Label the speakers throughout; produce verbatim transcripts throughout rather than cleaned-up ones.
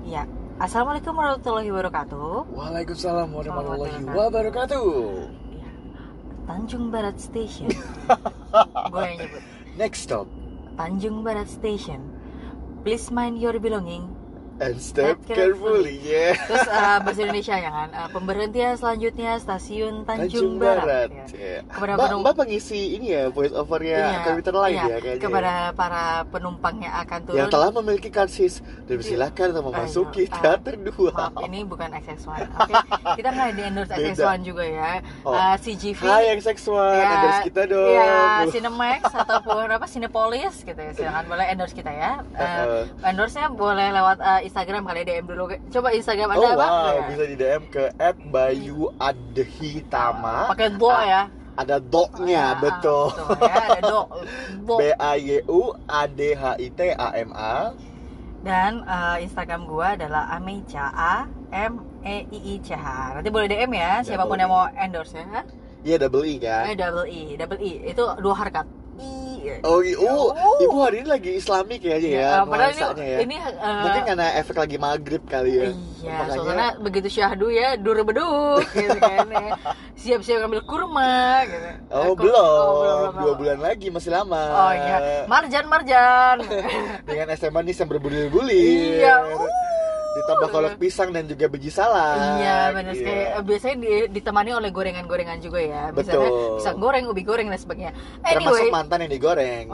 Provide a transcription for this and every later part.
Speaker 1: Iya. Assalamualaikum warahmatullahi wabarakatuh.
Speaker 2: Waalaikumsalam warahmatullahi wabarakatuh.
Speaker 1: Iya. Tanjung Barat Station. Gue yang nyebut.
Speaker 2: Next stop.
Speaker 1: Tanjung Barat Station. Please mind your belonging
Speaker 2: and step carefully. Yeah.
Speaker 1: Terus uh, bahasa Indonesia ya kan. Uh, pemberhentian selanjutnya stasiun Tanjung, Tanjung Barat. Barat.
Speaker 2: Ya. Kepada Mbak, penump- Mbak pengisi ini ya voice overnya Computer Line
Speaker 1: iya,
Speaker 2: ya kayaknya.
Speaker 1: Kepada para penumpang yang akan turun.
Speaker 2: Yang telah memiliki karcis dan silakan untuk memasuki uh, teater dua.
Speaker 1: Maaf, ini bukan X X one. Oke, okay. Kita nggak di endorse X X one juga ya.
Speaker 2: Oh.
Speaker 1: Uh, C G V.
Speaker 2: Hai X X one, ya, endorse kita dong.
Speaker 1: Ya, Cinemax ataupun apa Cinepolis gitu ya. Silakan boleh endorse kita ya. Uh, uh. Endorse-nya boleh lewat uh, Instagram kali D M dulu. Coba Instagram Anda
Speaker 2: oh,
Speaker 1: apa?
Speaker 2: Wow, ya. Bisa di D M ke et bayu adhitama.
Speaker 1: Pakai do ya.
Speaker 2: Ada do-nya, oh, ya, betul.
Speaker 1: betul ya, ada do.
Speaker 2: do. B A Y U A D H I T A M A.
Speaker 1: Dan uh, Instagram gua adalah Ameicha, A M E I I C H. Nanti boleh D M ya, siapapun yang mau endorse ya.
Speaker 2: Iya, double I kan?
Speaker 1: Eh, double I, double I. Itu dua harkat.
Speaker 2: Oh, iya. Oh, oh, ibu hari ini lagi Islamik ya, ya,
Speaker 1: ya padahal ini,
Speaker 2: ya.
Speaker 1: ini uh,
Speaker 2: mungkin karena efek lagi maghrib kali ya.
Speaker 1: Iya, makanya... soalnya begitu syahdu ya, dur beduk gitu kan ya. Siap-siap ngambil kurma gitu.
Speaker 2: Oh,
Speaker 1: Aku,
Speaker 2: belum.
Speaker 1: Oh, belum, belum.
Speaker 2: Dua bulan lagi masih lama.
Speaker 1: Oh iya, marjan marjan.
Speaker 2: Dengan es teh manis yang berbulir-bulir.
Speaker 1: Iya. Uh.
Speaker 2: Ditambah kolak pisang dan juga biji salak.
Speaker 1: Iya benar
Speaker 2: yeah.
Speaker 1: Kayak biasanya di, ditemani oleh gorengan-gorengan juga ya. Misalnya
Speaker 2: Betul.
Speaker 1: pisang goreng, ubi goreng dan sebagainya.
Speaker 2: Anyway, termasuk mantan yang digoreng.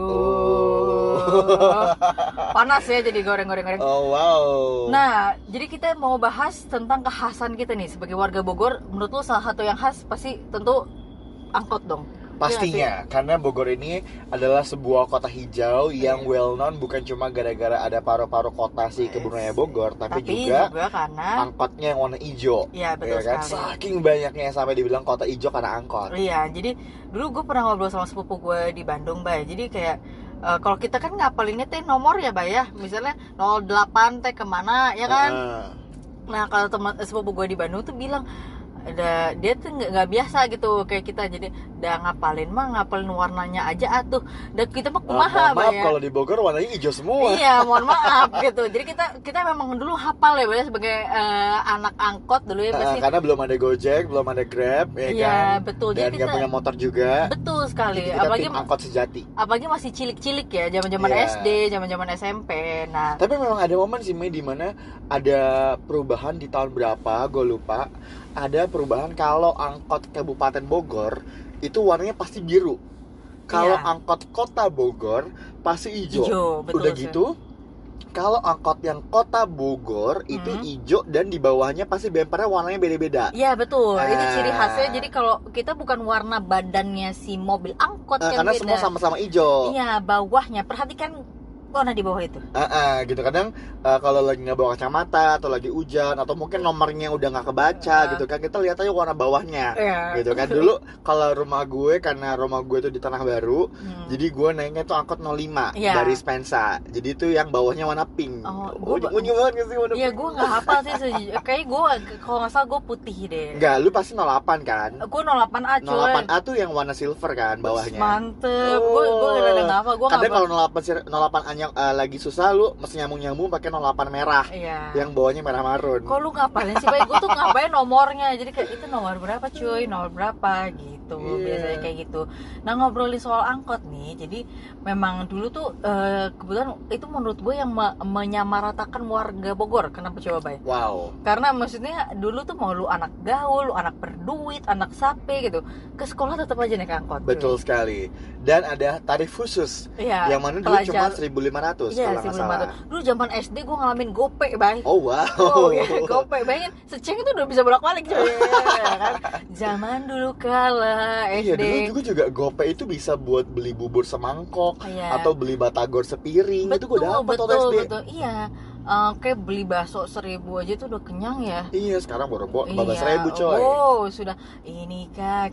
Speaker 1: Aduh. Oh. Panas ya jadi goreng-goreng.
Speaker 2: Oh wow.
Speaker 1: Nah, jadi kita mau bahas tentang kekhasan kita nih sebagai warga Bogor. Menurut lo salah satu yang khas pasti tentu angkot dong.
Speaker 2: Pastinya, karena Bogor ini adalah sebuah kota hijau yang well known bukan cuma gara-gara ada paru-paru kota si kebun raya Bogor, tapi, tapi juga,
Speaker 1: juga karena
Speaker 2: angkotnya yang warna hijau.
Speaker 1: Iya betul
Speaker 2: ya kan?
Speaker 1: sekali.
Speaker 2: Saking banyaknya sampai dibilang kota hijau karena angkot.
Speaker 1: Iya, jadi dulu gue pernah ngobrol sama sepupu gue di Bandung, Bay. Jadi kayak uh, kalau kita kan ngapalinnya teh nomor ya, Bay ya. Misalnya nol delapan teh kemana, ya kan? Uh. Nah kalau teman sepupu gue di Bandung tuh bilang ada dia tuh nggak nggak biasa gitu kayak kita, jadi udah ngapalin mah ngapalin warnanya aja atuh, dan kita mah kumaha
Speaker 2: oh, maaf
Speaker 1: ya.
Speaker 2: Kalau di Bogor warnanya hijau semua.
Speaker 1: Iya mohon maaf gitu, jadi kita kita memang dulu hafal ya Bay, sebagai uh, anak angkot dulu ya pasti.
Speaker 2: Uh, karena belum ada Gojek, belum ada Grab ya
Speaker 1: iya,
Speaker 2: kan.
Speaker 1: Betul.
Speaker 2: Dan nggak punya motor juga.
Speaker 1: Betul sekali.
Speaker 2: Jadi kita
Speaker 1: apalagi
Speaker 2: tim angkot sejati.
Speaker 1: Apalagi masih cilik-cilik ya, zaman-zaman yeah. S D, zaman-zaman S M P. Nah
Speaker 2: tapi memang ada momen sih Mei di mana ada perubahan di tahun berapa gue lupa. Ada perubahan kalau angkot Kabupaten Bogor itu warnanya pasti biru. Kalau
Speaker 1: iya.
Speaker 2: angkot Kota Bogor pasti hijau.
Speaker 1: Hijau, betul.
Speaker 2: Udah gitu, kalau angkot yang Kota Bogor itu hmm. hijau dan di bawahnya pasti bempernya warnanya beda-beda.
Speaker 1: Iya betul.
Speaker 2: Nah.
Speaker 1: Itu ciri khasnya. Jadi kalau kita bukan warna badannya si mobil angkot
Speaker 2: nah,
Speaker 1: yang
Speaker 2: karena
Speaker 1: beda.
Speaker 2: Semua sama-sama hijau.
Speaker 1: Iya, bawahnya. Perhatikan warna di bawah itu.
Speaker 2: Uh, uh, gitu kadang uh, kalau lagi nggak bawa kacamata atau lagi hujan atau mungkin nomornya udah nggak kebaca uh. gitu kan, kita lihat aja warna bawahnya. Yeah. Gitu kan. Dulu kalau rumah gue, karena rumah gue itu di Tanah Baru, hmm. jadi gue naiknya tuh angkot nol lima yeah. dari Spensa. Jadi itu yang bawahnya warna pink.
Speaker 1: Oh,
Speaker 2: oh gue unyu banget sih warna.
Speaker 1: Iya, gue nggak hafal sih sejujurnya. Kayak gue kalau nggak salah gue putih deh.
Speaker 2: Enggak, lu pasti nol delapan kan?
Speaker 1: Gue nol delapan A cuy.
Speaker 2: nol delapan A tuh yang warna silver kan bawahnya.
Speaker 1: Mantep. Gue gue nggak hafal. Gue
Speaker 2: kadang kalau nol delapan A nya uh, lagi susah, lu mesti nyambung-nyambung pakai nol delapan merah.
Speaker 1: Iya.
Speaker 2: Yang bawahnya merah marun.
Speaker 1: Kok lu ngapalin sih, Bay? Gue tuh ngapain nomornya. Jadi kayak itu nomor berapa cuy, nomor berapa gitu. Yeah. Biasanya kayak gitu. Nah, ngobrolin soal angkot nih. Jadi memang dulu tuh uh, kebetulan itu menurut gue yang me- menyamaratakan warga Bogor. Kenapa coba, Bay?
Speaker 2: Wow.
Speaker 1: Karena maksudnya dulu tuh mau lu anak gaul, lu anak berduit, anak sape gitu, ke sekolah tetap aja naik angkot.
Speaker 2: Betul
Speaker 1: cuy.
Speaker 2: sekali. Dan ada tarif khusus.
Speaker 1: Iya.
Speaker 2: Yang mana dulu cuma seribu lima ratus
Speaker 1: iya,
Speaker 2: kalau nggak salah.
Speaker 1: Dulu zaman S D gue ngalamin gope, Bay.
Speaker 2: Oh wow.
Speaker 1: Oh ya, gope. Bayangin seceng itu udah bisa bolak-balik cuy. Ya kan? Zaman dulu kala S D.
Speaker 2: Iya, dulu juga juga gope itu bisa buat beli bubur semangkok iya. atau beli batagor sepiring.
Speaker 1: Betul,
Speaker 2: itu gue dapet
Speaker 1: betul,
Speaker 2: waktu S D.
Speaker 1: Betul, iya. Uh, kayak beli bakso seribu aja tuh udah kenyang ya.
Speaker 2: Iya, sekarang baru bawa
Speaker 1: iya.
Speaker 2: seribu coy.
Speaker 1: Oh, sudah. Inikah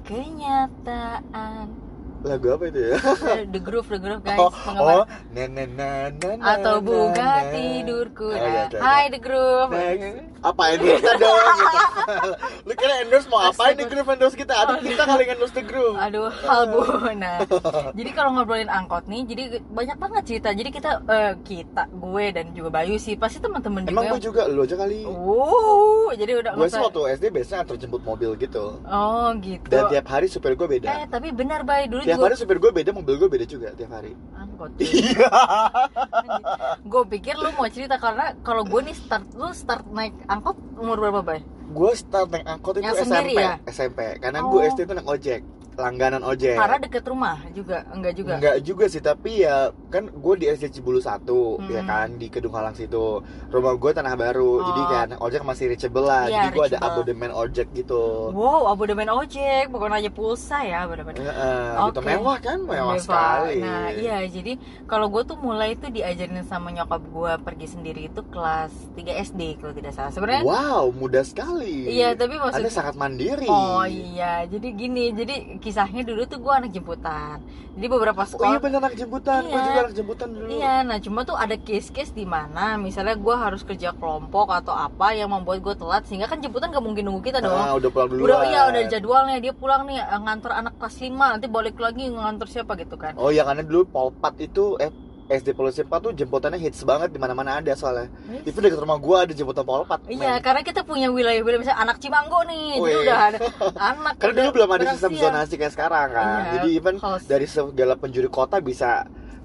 Speaker 1: kenyataan.
Speaker 2: Lagu apa itu ya?
Speaker 1: The Groove, The Groove guys.
Speaker 2: Oh, oh na, na, na, na,
Speaker 1: atau bunga
Speaker 2: na, na.
Speaker 1: tidurku. Nah,
Speaker 2: oh, iya, oke.
Speaker 1: Hai The Groove.
Speaker 2: Next. Apa ini kita dong gitu. Lu kira endorse mau apain The Groove endorse kita? Aduh kita kali endorse The Groove.
Speaker 1: Aduh hal bu. Nah, jadi kalau ngobrolin angkot nih, jadi banyak banget cerita. Jadi kita uh, kita gue dan juga Bayu sih pasti teman-teman juga.
Speaker 2: Emang gue juga, lu aja kali.
Speaker 1: Uh, jadi udah.
Speaker 2: Gue sih waktu S D biasanya antar jemput mobil gitu.
Speaker 1: Oh gitu.
Speaker 2: Dan tiap hari supir gue beda.
Speaker 1: Eh tapi benar Bay, dulu
Speaker 2: tiap
Speaker 1: juga.
Speaker 2: hari supir gue beda, mobil gue beda juga tiap hari.
Speaker 1: Angkot.
Speaker 2: Iya.
Speaker 1: Gue pikir lu mau cerita karena kalau gue nih start lu start naik angkot umur berapa Bay?
Speaker 2: Gue start naik angkot itu
Speaker 1: Yang
Speaker 2: S M P,
Speaker 1: ya?
Speaker 2: S M P. Karena
Speaker 1: Oh.
Speaker 2: gue S D itu naik ojek, langganan ojek.
Speaker 1: Karena deket rumah juga, enggak juga?
Speaker 2: Enggak juga sih, tapi ya kan gue di S D Cibulu satu,
Speaker 1: Hmm.
Speaker 2: ya kan, di Kedung Halang situ. Rumah gue Tanah Baru,
Speaker 1: Oh.
Speaker 2: jadi kan ojek masih reachable lah.
Speaker 1: Iya,
Speaker 2: jadi gue ada
Speaker 1: reachable.
Speaker 2: abodemen ojek gitu.
Speaker 1: Wow, abodemen ojek, bukan aja pulsa ya, bener-bener.
Speaker 2: Heeh, gitu
Speaker 1: Oke.
Speaker 2: mewah kan, mewah
Speaker 1: Mewah.
Speaker 2: sekali.
Speaker 1: Nah iya, jadi kalau gue tuh mulai tuh diajarin sama nyokap gue pergi sendiri itu kelas tiga S D kalau tidak salah. Sebenarnya
Speaker 2: Wow, mudah sekali.
Speaker 1: iya, tapi maksud
Speaker 2: Anda sangat mandiri.
Speaker 1: oh iya, jadi gini, jadi kisahnya dulu tuh gue anak jemputan. Jadi beberapa
Speaker 2: Oh iya
Speaker 1: sekolah
Speaker 2: bener anak jemputan, gue
Speaker 1: Iya.
Speaker 2: juga anak jemputan dulu.
Speaker 1: iya, nah cuma tuh ada case-case di mana misalnya gue harus kerja kelompok atau apa yang membuat gue telat, sehingga kan jemputan gak mungkin nunggu kita dong.
Speaker 2: Ah, udah pulang duluan.
Speaker 1: Udah iya, udah jadwalnya dia pulang nih eh, nganter anak kelas lima, nanti balik lagi nganter siapa gitu kan.
Speaker 2: Oh iya, karena dulu Polpat itu eh S D Polisi empat tuh jemputannya hits banget, di mana-mana ada soalnya.
Speaker 1: Yes.
Speaker 2: Itu dekat rumah gua ada jemputan Polpat.
Speaker 1: Iya,
Speaker 2: men.
Speaker 1: karena kita punya wilayah-wilayah misalnya anak Cimanggo nih, jadi
Speaker 2: Wih.
Speaker 1: udah ada anak.
Speaker 2: Karena dulu
Speaker 1: udah
Speaker 2: belum ada
Speaker 1: berhasil.
Speaker 2: sistem zonasi kayak sekarang kan.
Speaker 1: Iya,
Speaker 2: Jadi even
Speaker 1: kalau-
Speaker 2: dari segala penjuru kota bisa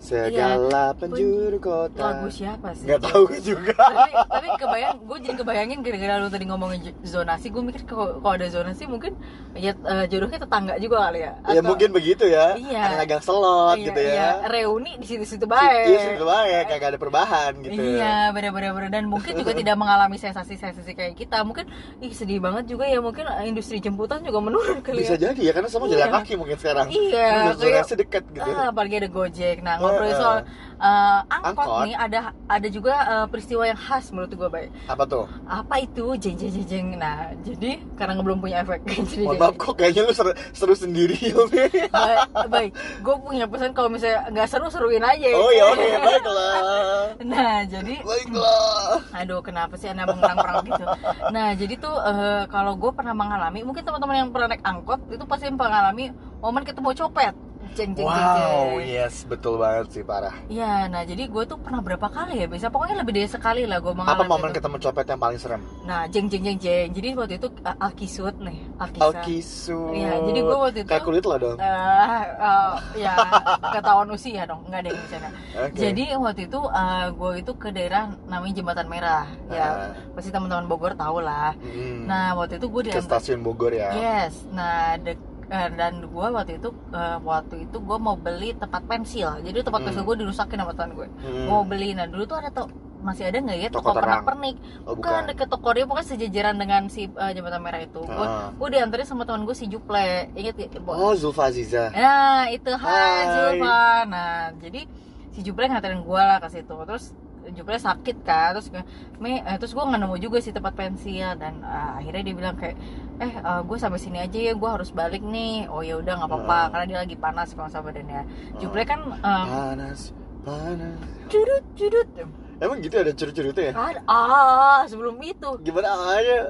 Speaker 2: segala penjuru kota.
Speaker 1: Lagu siapa sih?
Speaker 2: Nggak tahu juga.
Speaker 1: tapi, tapi kebayang, gue jadi kebayangin gara-gara lu tadi ngomongin j- zonasi, gue mikir kalau kalau ada zonasi mungkin ya eh, jodohnya tetangga juga kali ya.
Speaker 2: Ya
Speaker 1: Atau-
Speaker 2: mungkin begitu ya.
Speaker 1: Iya.
Speaker 2: Anak gang selot
Speaker 1: iya,
Speaker 2: gitu ya.
Speaker 1: iya, reuni di situ-situ baik.
Speaker 2: Iya, situ baik, kagak ada perubahan gitu.
Speaker 1: Iya, benar-benar dan mungkin juga tidak mengalami sensasi-sensasi kayak kita. Mungkin ih sedih banget juga ya, mungkin eh, industri jemputan juga menurun kali
Speaker 2: Bisa
Speaker 1: ya.
Speaker 2: jadi ya, karena semua
Speaker 1: Iya.
Speaker 2: jalan kaki mungkin sekarang.
Speaker 1: Iya,
Speaker 2: Hmm,
Speaker 1: kayak-
Speaker 2: zonasi dekat gitu.
Speaker 1: Ah, apalagi ada Gojek. Nah, ngobrol
Speaker 2: Eh,
Speaker 1: soal eh, angkot,
Speaker 2: Angkot.
Speaker 1: nih ada ada juga eh, peristiwa yang khas menurut gue baik.
Speaker 2: Apa tuh?
Speaker 1: Apa itu jeng jeng jeng jeng. Nah, jadi karena belum punya efek jadi
Speaker 2: Mohon
Speaker 1: jeng,
Speaker 2: maaf
Speaker 1: jeng.
Speaker 2: kok kayaknya lu seru, seru sendiri Yomi.
Speaker 1: Baik, baik. Gue punya pesan kalau misalnya nggak seru seruin aja.
Speaker 2: Oh ya oke, baiklah.
Speaker 1: Nah, jadi
Speaker 2: Baiklah.
Speaker 1: aduh kenapa sih anda mengerang-kerang gitu. Nah jadi tuh eh, kalau gue pernah mengalami, mungkin teman-teman yang pernah naik angkot itu pasti mengalami momen ketemu copet. Jeng jeng jeng
Speaker 2: Wow,
Speaker 1: jeng.
Speaker 2: yes, betul banget sih, parah.
Speaker 1: Iya, nah jadi gue tuh pernah berapa kali ya, bisa pokoknya lebih dari sekali lah gue mengalami.
Speaker 2: Apa momen
Speaker 1: itu.
Speaker 2: ketemu copet yang paling serem?
Speaker 1: Nah, jeng jeng jeng jeng. Jadi waktu itu uh, Alkisut nih, Alkisa.
Speaker 2: Alkisu.
Speaker 1: Iya, jadi gue waktu itu
Speaker 2: kayak kulit lo dong.
Speaker 1: Eh, eh, ya ketahuan usia dong, nggak ada yang bercanda.
Speaker 2: Oke.
Speaker 1: Jadi waktu itu uh, gue itu ke daerah namanya Jembatan Merah, ya
Speaker 2: Ah.
Speaker 1: pasti teman-teman Bogor tahu lah.
Speaker 2: Mm.
Speaker 1: Nah waktu itu gue
Speaker 2: Ke
Speaker 1: diantar,
Speaker 2: stasiun Bogor ya.
Speaker 1: yes, nah dek- eh, dan gue waktu itu eh, waktu itu gue mau beli tempat pensil, jadi tempat
Speaker 2: Hmm.
Speaker 1: pensil gue dirusakin sama teman gue.
Speaker 2: Hmm.
Speaker 1: Mau beli, nah dulu tuh ada tuh masih ada nggak ya
Speaker 2: Toko
Speaker 1: toko
Speaker 2: terang.
Speaker 1: pernak-pernik?
Speaker 2: Oh,
Speaker 1: bukan,
Speaker 2: bukan.
Speaker 1: deket toko dia, pokoknya sejajaran dengan si eh, Jembatan Merah itu. Gue
Speaker 2: Ah.
Speaker 1: gue diantarin sama teman gue si Juple, inget ya?
Speaker 2: Oh, Zulfa Aziza.
Speaker 1: Nah itu hai
Speaker 2: Hai.
Speaker 1: Zulfa. Nah jadi si Juple nganterin gue lah ke situ. Terus Juple sakit kan, terus gue, me, eh, terus gue nggak nemu juga sih tempat pensil dan uh, akhirnya dia bilang kayak, eh uh, gue sampai sini aja ya, gue harus balik nih. Oh ya udah nggak apa-apa,
Speaker 2: Ah.
Speaker 1: karena dia lagi panas kalau sama badannya. Juple kan um,
Speaker 2: Panas, panas.
Speaker 1: curut curut.
Speaker 2: Emang gitu ada curi-curi itu ya?
Speaker 1: Ada ah sebelum itu
Speaker 2: Gimana aja?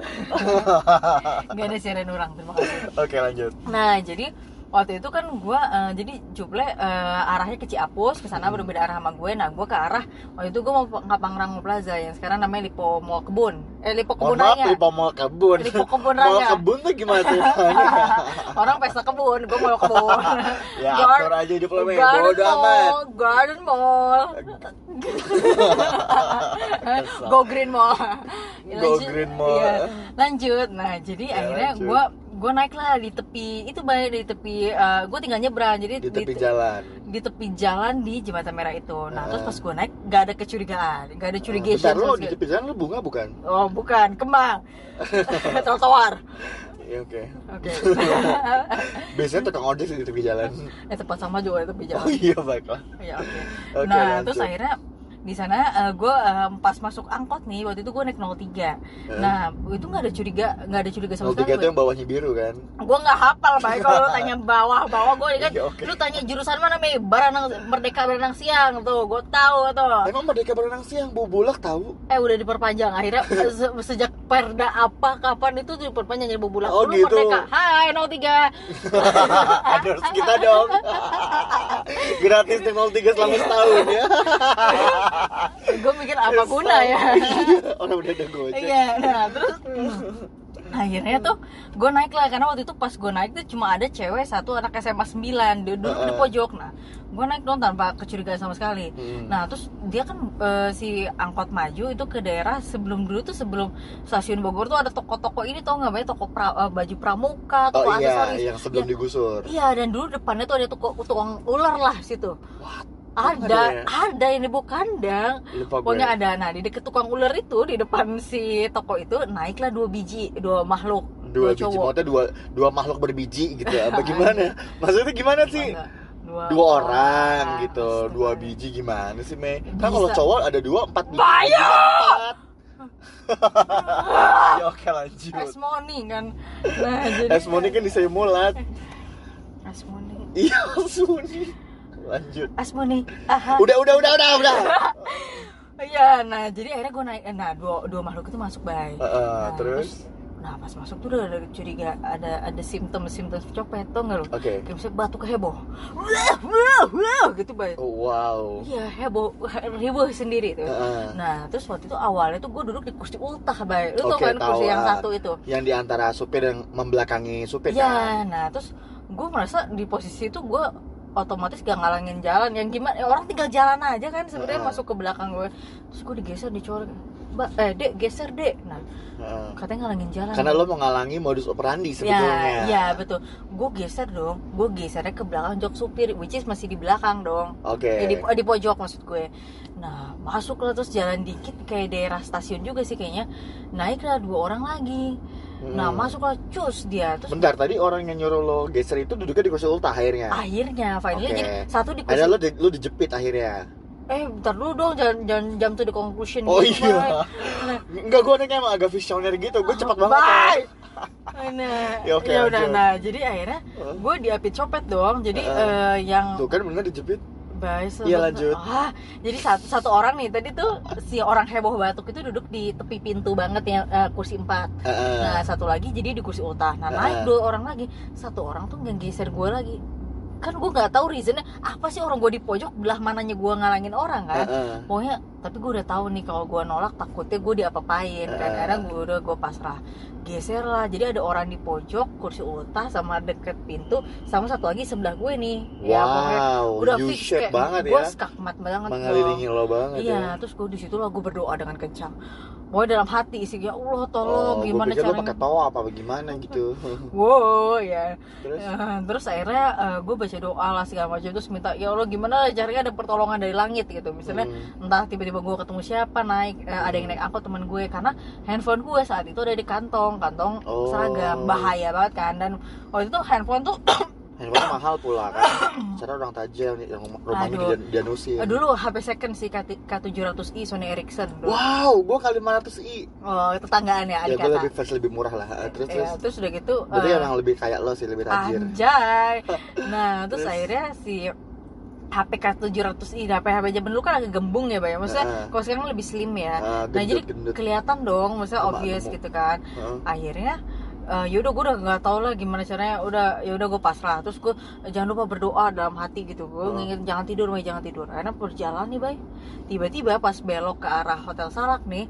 Speaker 1: nggak ada siaran orang. Terima kasih.
Speaker 2: Oke, lanjut.
Speaker 1: Nah jadi waktu itu kan gue uh, jadi Juple uh, arahnya ke Ciapus, ke sana berbeda arah sama gue. Nah gue ke arah waktu itu gue mau ke Pangrango Plaza yang sekarang namanya Lipo Mall Kebun. Eh Lipo Kebun
Speaker 2: Mohon maaf,
Speaker 1: Raya.
Speaker 2: Lipo Mall Kebun.
Speaker 1: Lipo Kebun
Speaker 2: Mall
Speaker 1: Raya.
Speaker 2: Kebun tuh gimana tuh?
Speaker 1: Orang pesta kebun, gue mau kebun.
Speaker 2: Ya,
Speaker 1: Gar-
Speaker 2: atur aja hidup lo, men.
Speaker 1: Garden
Speaker 2: Bodo amat.
Speaker 1: Mall, Garden Mall, Go Green Mall.
Speaker 2: Go Green Mall.
Speaker 1: Iya. Lanjut. Nah, jadi
Speaker 2: Ya,
Speaker 1: akhirnya
Speaker 2: lanjut.
Speaker 1: gue gue naik lah di tepi itu, baik di tepi uh, gue tinggal nyebrang, jadi
Speaker 2: Di tepi
Speaker 1: te-
Speaker 2: jalan.
Speaker 1: di tepi jalan di Jembatan Merah itu. Nah,
Speaker 2: Ah.
Speaker 1: terus pas gue naik gak ada kecurigaan, gak ada curigaan.
Speaker 2: Bentar, lo di tepi jalan lo bunga bukan?
Speaker 1: Oh bukan, kembang. Trotoar.
Speaker 2: Iya, oke.
Speaker 1: Oke.
Speaker 2: Biasanya tukang ojek sih di tepi jalan.
Speaker 1: Eh tempat sama juga di tepi jalan.
Speaker 2: Oh iya, baiklah.
Speaker 1: Ya oke.
Speaker 2: Oke,
Speaker 1: Nah
Speaker 2: lanjut.
Speaker 1: terus akhirnya di sana uh, gue um, pas masuk angkot nih waktu itu gue naik nol tiga. Hmm. Nah itu nggak ada curiga, nggak ada curiga sama sekali.
Speaker 2: nol tiga itu yang bawahnya biru kan?
Speaker 1: Gue nggak hafal baik kalau lo tanya bawah bawah gue kan. Okay. Lu tanya jurusan mana nih? Baranang Merdeka Berenang Siang tuh, gue tahu tuh.
Speaker 2: Emang Merdeka Berenang Siang Bubulak tahu?
Speaker 1: Eh udah diperpanjang akhirnya se- sejak perda apa kapan itu diperpanjang jadi Bubulak.
Speaker 2: Oh,
Speaker 1: lu
Speaker 2: gitu.
Speaker 1: Merdeka. Hai nol tiga.
Speaker 2: Endorse kita dong. Gratis di nol tiga selama setahun ya.
Speaker 1: Gue mikir apa guna ya.
Speaker 2: Orang udah ada Gojek.
Speaker 1: Iya, nah terus akhirnya tuh gue naik lah karena waktu itu pas gue naik tuh cuma ada cewek satu anak S M A sembilan duduk uh, di pojok. Nah gue naik dong tanpa kecurigaan sama sekali. hmm. Nah terus dia kan uh, si angkot maju itu ke daerah sebelum dulu tuh sebelum stasiun Bogor tuh ada toko-toko ini tau nggak banyak toko pra, uh, baju pramuka, toko
Speaker 2: oh, iya,
Speaker 1: aksesoris
Speaker 2: yang sebelum ya, digusur.
Speaker 1: Iya dan dulu depannya tuh ada toko tukang ular lah situ.
Speaker 2: What?
Speaker 1: Ada, ada, ada yang dibawa kandang. Pokoknya ada. Nah, di dekat tukang ular itu, di depan si toko itu naiklah dua biji, dua makhluk,
Speaker 2: dua, dua biji, maksudnya dua dua makhluk berbiji gitu ya. Bagaimana? Maksudnya gimana sih? Dua, dua orang ah, gitu, astaga. Dua biji gimana sih, Mei? Kan kalau cowok ada dua, empat biji.
Speaker 1: Banyak.
Speaker 2: Ya oke lanjut.
Speaker 1: Asmoni kan. Nah, jadi
Speaker 2: Asmoni kan di Saymulat.
Speaker 1: Asmoni.
Speaker 2: Iya, Asmoni. Lanjut.
Speaker 1: Asmoni. Aha.
Speaker 2: Udah, udah, udah, udah, udah.
Speaker 1: Iya, nah jadi akhirnya gue naik, nah dua dua makhluk itu masuk baik.
Speaker 2: Uh, uh,
Speaker 1: nah,
Speaker 2: terus?
Speaker 1: Nah pas masuk tuh udah ada curiga, ada ada simptom-simptom copet tuh nggak lo?
Speaker 2: Oke. Okay.
Speaker 1: Kayak misalnya batuk heboh, wah wah wah gitu baik.
Speaker 2: Oh, wow.
Speaker 1: Iya heboh, heboh sendiri tuh. Uh. Nah terus waktu itu awalnya tuh gue duduk di kursi ultah baik, lu
Speaker 2: okay,
Speaker 1: tau kan kursi yang satu itu?
Speaker 2: Yang di antara supir yang membelakangi supir
Speaker 1: ya,
Speaker 2: kan?
Speaker 1: Iya, nah terus gue merasa di posisi itu gue otomatis gak ngalangin jalan yang gimana ya, orang tinggal jalan aja kan sebenarnya uh. masuk ke belakang gue terus gue digeser dicolek mbak eh dek geser dek nah uh. katanya ngalangin jalan
Speaker 2: karena lo mau ngalangi modus operandi sebetulnya
Speaker 1: ya, ya betul gue geser dong gue gesernya ke belakang jok supir which is masih di belakang dong
Speaker 2: oke okay.
Speaker 1: ya, di, di pojok maksud gue nah masuk lah terus jalan dikit kayak daerah stasiun juga sih kayaknya naiklah dua orang lagi. Nah hmm. masuklah cus dia terus
Speaker 2: bentar tadi orang yang nyuruh lo geser itu duduknya di kursi ultah akhirnya
Speaker 1: akhirnya finally okay. Jadi satu di kursi
Speaker 2: ada lo di, lo dijepit akhirnya
Speaker 1: eh bentar dulu dong jangan jangan jam to the conclusion
Speaker 2: oh
Speaker 1: gitu,
Speaker 2: iya nah. Enggak gue nanya emang agak visioner gitu gue cepat banget
Speaker 1: nah
Speaker 2: ya, okay,
Speaker 1: ya udah nah jadi akhirnya gue diapit copet dong jadi uh, uh, yang
Speaker 2: tuh kan bener dijepit
Speaker 1: baik
Speaker 2: iya lanjut
Speaker 1: ah jadi satu satu orang nih tadi tuh si orang heboh batuk itu duduk di tepi pintu banget ya uh, kursi empat uh, nah satu lagi jadi di kursi ultah nah uh, naik dua orang lagi satu orang tuh ngegeser gue lagi kan gue nggak tahu reasonnya apa sih orang gue di pojok belah mananya gue ngalangin orang kan uh, uh. pokoknya tapi gue udah tahu nih kalau gue nolak takutnya gue diapa-apain uh. kan karena gue udah gue pasrah geser lah jadi ada orang di pojok kursi ultah sama deket pintu sama satu lagi sebelah gue nih
Speaker 2: wow ya,
Speaker 1: udah
Speaker 2: fix kayak banget
Speaker 1: gue
Speaker 2: ya
Speaker 1: skakmat banget
Speaker 2: mengelilingi lo banget
Speaker 1: iya ya. Terus gue di situ lah gue berdoa dengan kencang pokoknya dalam hati isi ya Allah tolong
Speaker 2: oh,
Speaker 1: gimana
Speaker 2: caranya lo pakai toa apa bagaimana gitu
Speaker 1: wow ya
Speaker 2: terus
Speaker 1: uh, terus akhirnya uh, gue baca doa lah segala macam terus minta ya Allah gimana caranya ada pertolongan dari langit gitu misalnya hmm. entah tiba-tiba gue ketemu siapa naik uh, hmm. ada yang naik angkot teman gue karena handphone gue saat itu ada di kantong kantong oh. seragam bahaya banget kan dan waktu itu handphone tuh
Speaker 2: handphone mahal pula kan cara orang tajam yang rumahnya di Danusi
Speaker 1: dulu H P second sih K tujuh ratus i Sony Ericsson dulu.
Speaker 2: Wow gue K lima ratus i
Speaker 1: oh tetanggaan ya adik
Speaker 2: ya gue lebih versi lebih murah lah terus
Speaker 1: ya,
Speaker 2: terus
Speaker 1: terus udah gitu
Speaker 2: berarti
Speaker 1: uh,
Speaker 2: emang lebih kayak lo sih lebih tajir
Speaker 1: anjay nah terus, terus akhirnya si H P K tujuh ratus i, H P H P zaman dulu kan agak gembung ya, Bay. Maksudnya uh, kalau sekarang lebih slim ya. Uh, gendut, nah, jadi gendut. Kelihatan dong, maksudnya Lama, obvious gemuk. Gitu kan. Uh. Akhirnya uh, ya udah gue udah nggak tahu lah gimana caranya. Udah ya udah gue pasrah. Terus gue jangan lupa berdoa dalam hati gitu. Gue uh. nginget jangan tidur, Bay, jangan tidur. Karena berjalan nih, Bay. Tiba-tiba pas belok ke arah Hotel Salak nih,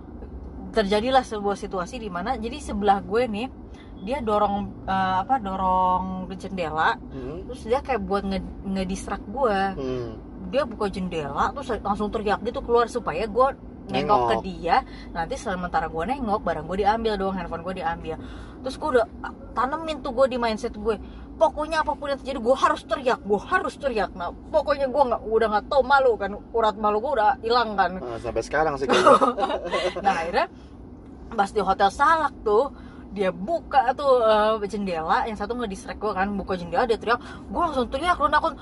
Speaker 1: terjadilah sebuah situasi di mana jadi sebelah gue nih dia dorong uh, apa dorong jendela hmm. terus dia kayak buat nge ngedistrak gue hmm. dia buka jendela terus langsung teriak gitu keluar supaya gue nengok, nengok ke dia nanti sementara gue nengok barang gue diambil dong handphone gue diambil terus gue udah tanemin tuh gue di mindset gue pokoknya apapun yang terjadi gue harus teriak gue harus teriak nah pokoknya gue nggak udah nggak tahu malu kan urat malu gue udah hilang kan
Speaker 2: nah, sampai sekarang sih
Speaker 1: nah akhirnya pas di Hotel Salak tuh dia buka tuh uh, jendela, yang satu ngedistract gue kan, buka jendela dia teriak, gue langsung teriak lu nakut,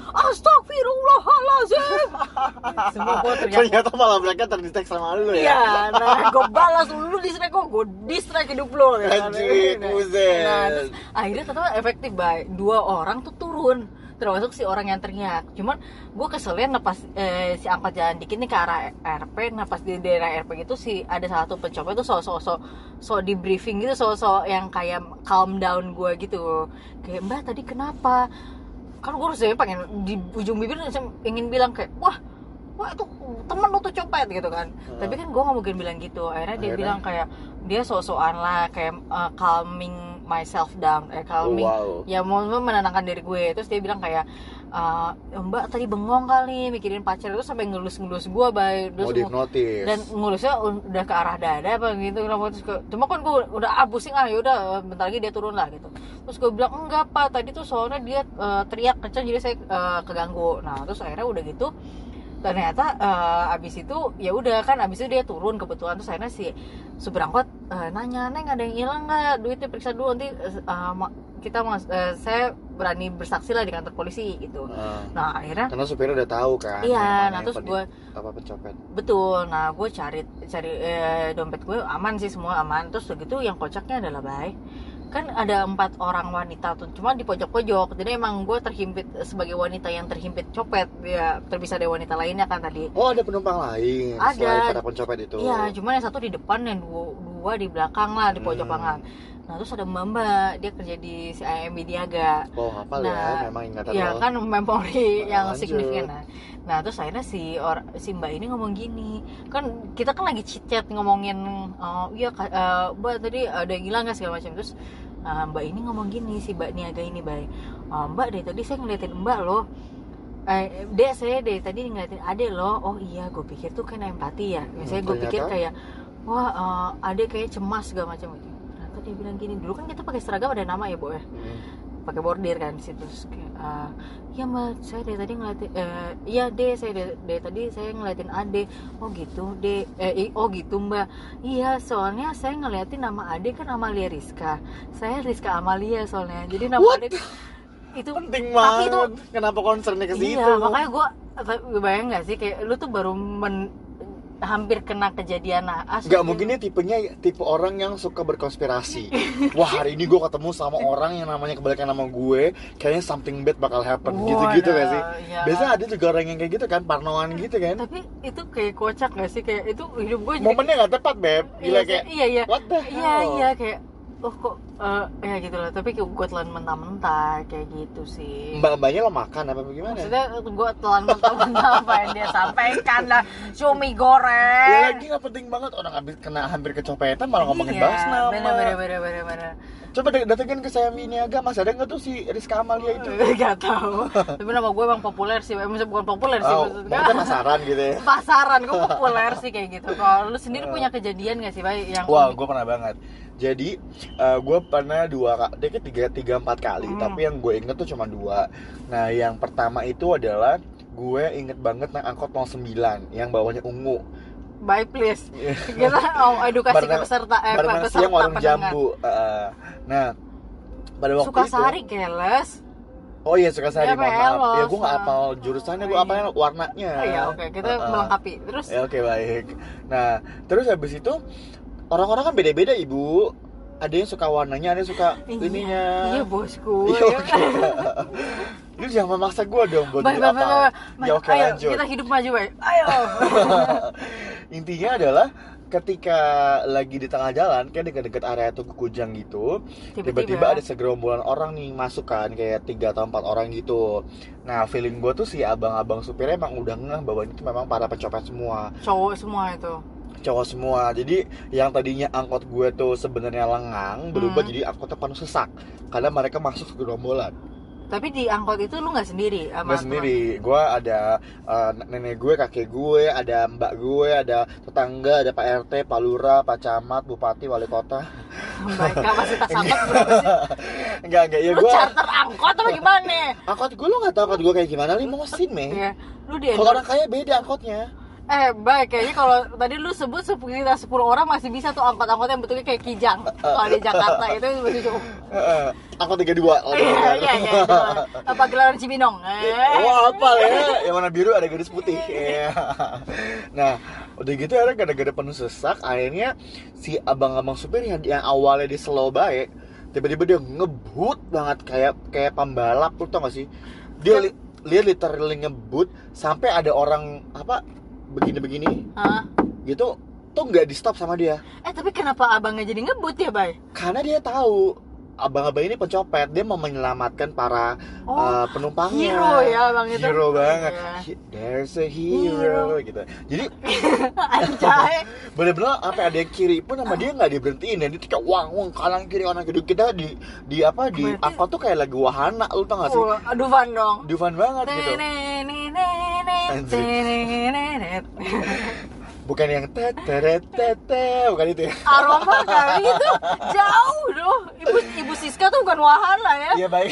Speaker 1: astagfirullahaladzim. Semua gue teriak.
Speaker 2: Ternyata malah mereka terdistract sama lu ya.
Speaker 1: Iya, nah gue balas, lu distract gue, gue distract hidup lu.
Speaker 2: Anjir, buset.
Speaker 1: Nah, terus akhirnya ternyata efektif, bay. Dua orang tuh turun, termasuk si orang yang teriak. Cuman gue keselnya pas eh, si angkot jalan dikit nih ke arah R P. Nah pas di daerah R P gitu si ada salah satu pencopet tuh so so so so di briefing gitu, so so yang kayak calm down gue gitu. Kayak, mbak tadi kenapa? Kan gue rasanya pengen di ujung bibir ingin bilang kayak, wah wah itu temen lu tuh copet gitu kan. Hmm. Tapi kan gue gak mungkin bilang gitu. Akhirnya dia Akhirnya? bilang kayak dia so-soan lah, kayak uh, calming myself down, eh calming, oh, wow. ya mau menenangkan diri gue. Terus dia bilang kayak, uh, mbak tadi bengong kali mikirin pacar, itu sampai ngelus-ngelus gue, bay.
Speaker 2: Mau dihipnotis.
Speaker 1: Dan ngelusnya udah ke arah dada apa gitu. Terus ke, cuma kan gue udah ah pusing ah, yaudah bentar lagi dia turun lah gitu. Terus gue bilang enggak pak, tadi tuh soalnya dia uh, teriak kencang jadi saya uh, keganggu. Nah terus akhirnya udah gitu. Ternyata uh, abis itu ya udah kan, abis itu dia turun kebetulan. Terus akhirnya si supir angkot uh, nanya, neng ada yang hilang nggak duitnya, periksa dulu nanti uh, kita mas uh, saya berani bersaksi lah di kantor polisi gitu. Uh,
Speaker 2: nah akhirnya karena supirnya udah tahu kan.
Speaker 1: Iya, nah terus gue
Speaker 2: apa pencopet.
Speaker 1: Betul, nah gue cari cari eh, dompet gue aman sih, semua aman. Terus begitu yang kocaknya adalah bay, kan ada empat orang wanita tuh, cuma di pojok-pojok. Jadi emang gue terhimpit sebagai wanita yang terhimpit copet. Ya terpisah dari wanita lainnya kan tadi.
Speaker 2: Oh ada penumpang lain
Speaker 1: ada
Speaker 2: selain para pencopet itu.
Speaker 1: Iya, cuma yang satu di depan, yang dua, dua di belakang lah, di pojok hmm. belakang. Nah terus ada mbak, dia kerja di C I M B Niaga.
Speaker 2: Oh hafal nah, ya, memang ingatan
Speaker 1: ya
Speaker 2: lo.
Speaker 1: Kan memori
Speaker 2: nah,
Speaker 1: yang
Speaker 2: lanjut.
Speaker 1: signifikan. Nah, nah terus akhirnya si or, si mbak ini ngomong gini, kan kita kan lagi chit-chat ngomongin, oh iya uh, mbak tadi ada yang hilang nggak segala macam. Terus Nah, mbak ini ngomong gini, si mbak Niaga ini, bay, oh, mbak dari tadi saya ngeliatin mbak loh, eh, dek saya dari tadi ngeliatin ade loh. Oh iya, gue pikir tuh kan empati ya. Misalnya gue pikir kayak, wah uh, ade kayak cemas segala macam gitu. Ternyata dia bilang gini, dulu kan kita pakai seragam ada nama ya, bu ya, hmm. pakai bordir kan di situ. Uh, ya mbak, saya dari tadi ngeliatin, uh, iya deh, saya dari, dari tadi saya ngeliatin ade. Oh gitu deh, eh, oh gitu mbak. Iya, soalnya saya ngeliatin nama ade kan Amalia Rizka. Saya Rizka Amalia soalnya. Jadi nama
Speaker 2: What?
Speaker 1: ade itu
Speaker 2: penting banget. Itu, kenapa concernnya ke situ?
Speaker 1: Iya, makanya gue bayang nggak sih kayak lu tuh baru men, hampir kena kejadian naas.
Speaker 2: Gak mungkin dia tipenya tipe orang yang suka berkonspirasi. Wah hari ini gue ketemu sama orang yang namanya kebalikan nama gue, kayaknya something bad bakal happen. Wah, gitu-gitu gak sih? Ya. Biasanya ada juga orang yang kayak gitu kan, parnoan gitu kan.
Speaker 1: Tapi itu kayak kocak gak sih? Kayak itu hidup gue jadi...
Speaker 2: momennya gak tepat, Beb. Gila
Speaker 1: iya,
Speaker 2: kayak
Speaker 1: iya, iya.
Speaker 2: What the hell?
Speaker 1: Iya, iya kayak oh kok uh, ya gitu loh. Tapi gue telan mentah-mentah kayak gitu sih.
Speaker 2: Mbak-mbaknya lo makan apa bagaimana?
Speaker 1: Maksudnya gue telan mentah-mentah apa yang dia sampaikan lah, cumi goreng.
Speaker 2: Ya lagi gak penting banget, orang habis kena hampir kecopetan malah ngomongin
Speaker 1: iya,
Speaker 2: bahas nama.
Speaker 1: Bener bener bener bener.
Speaker 2: Coba datengin ke saya Niaga, Mas, ada nggak tuh si Rizka Amalia itu?
Speaker 1: Gak tahu. Tapi nama gue emang populer sih, maksudnya bukan populer sih
Speaker 2: oh,
Speaker 1: maksudnya.
Speaker 2: Maksudnya pasaran gitu ya?
Speaker 1: Pasaran, gue populer sih kayak gitu. Kalau lu sendiri punya kejadian nggak sih, Bay? Yang
Speaker 2: wah, gue pernah banget. Jadi uh, gue pernah dua, dia tiga, tiga empat kali, hmm. tapi yang gue inget tuh cuma dua. Nah, yang pertama itu adalah gue inget banget naik angkot nol sembilan yang bawahnya ungu.
Speaker 1: Bye please. Kita oh, edukasi ke peserta eh
Speaker 2: peserta siang warung jambu. Uh, nah, pada waktu
Speaker 1: Sukasari
Speaker 2: itu
Speaker 1: keles.
Speaker 2: Oh iya, Sukasari,
Speaker 1: ya,
Speaker 2: mohon maaf. Ya gue nggak hafal jurusannya, gue apalnya warnanya.
Speaker 1: Oh, iya, oke, okay. Kita uh, melengkapi. Terus
Speaker 2: ya, oke, okay, baik. Nah, terus habis itu orang-orang kan beda-beda, Ibu. Ada yang suka warnanya, ada yang suka ininya.
Speaker 1: Iya, bosku.
Speaker 2: Iya, oke. Lu jangan memaksa gue dong buat jadi apa. Ya oke,
Speaker 1: ayo,
Speaker 2: lanjut. Kita
Speaker 1: hidup maju, Bay. Ayo.
Speaker 2: Intinya adalah ketika lagi di tengah jalan, kayak dekat-dekat area Tugu Kujang gitu, tiba-tiba, tiba-tiba ada segerombolan orang nih masuk kan, kayak tiga atau empat orang gitu. Nah, feeling gue tuh si abang-abang supirnya emang udah ngeh bahwa itu memang para pencopet semua.
Speaker 1: Cowok semua itu.
Speaker 2: Cowok semua. Jadi yang tadinya angkot gue tuh sebenarnya lengang berubah hmm. jadi angkotnya penuh sesak karena mereka masuk ke gerombolan.
Speaker 1: Tapi di angkot itu lu nggak sendiri?
Speaker 2: Nggak sendiri. Gue ada uh, nenek gue, kakek gue, ada mbak gue, ada tetangga, ada Pak R T, Pak Lurah, Pak Camat, Bupati, Wali Kota.
Speaker 1: Baik, kapasitas angkot berapa sih?
Speaker 2: Enggak, enggak. Ya,
Speaker 1: lu
Speaker 2: gua...
Speaker 1: charter angkot apa gimana?
Speaker 2: Angkot gue lu nggak tahu angkot gue kayak gimana, limosin, meh.
Speaker 1: Iya. Lu di
Speaker 2: kalau orang kaya beda angkotnya.
Speaker 1: Eh, baik, kayaknya kalau tadi lu sebut sekitar sepuluh orang masih bisa tuh angkot-angkot yang bentuknya kayak kijang. Kalau di Jakarta itu masih cukup.
Speaker 2: Heeh. Angkot tiga puluh dua.
Speaker 1: Iya, iya, iya. Apa gelaran Cibinong? Eh.
Speaker 2: Wah, apa ya? Yang warna biru ada garis putih. Iya. Nah, udah gitu akhirnya gara-gara penuh sesak, akhirnya si abang-abang supir yang, yang awalnya di slow baik, tiba-tiba dia ngebut banget kayak kayak pembalap, lu tau gak sih? Dia li- dia literally ngebut sampai ada orang apa begini-begini.
Speaker 1: Hah?
Speaker 2: Gitu tuh nggak di stop sama dia.
Speaker 1: Eh, tapi kenapa abangnya jadi ngebut ya, Bay?
Speaker 2: Karena dia tahu abang-abang ini pencopet, dia mau menyelamatkan para
Speaker 1: Oh,
Speaker 2: uh, penumpangnya.
Speaker 1: hero ya abang itu.
Speaker 2: Hero banget.
Speaker 1: Iya.
Speaker 2: There's a hero, gitu. Jadi
Speaker 1: Anjay.
Speaker 2: bener-bener apa ada yang kiri pun sama dia nggak diberhentiin, dan dia kayak wang wang kanan kiri kanan kiri. Kita di di apa di
Speaker 1: Berarti-
Speaker 2: apa tuh kayak lagu wahana, lu tau gak sih?
Speaker 1: Oh, aduh, Van dong.
Speaker 2: Dufan banget gitu.
Speaker 1: Nenenenenet.
Speaker 2: Bukan yang teteret tete, bukan itu ya.
Speaker 1: Aroma kali itu jauh loh. Ibu Ibu Siska tuh bukan wahana ya.
Speaker 2: Iya baik.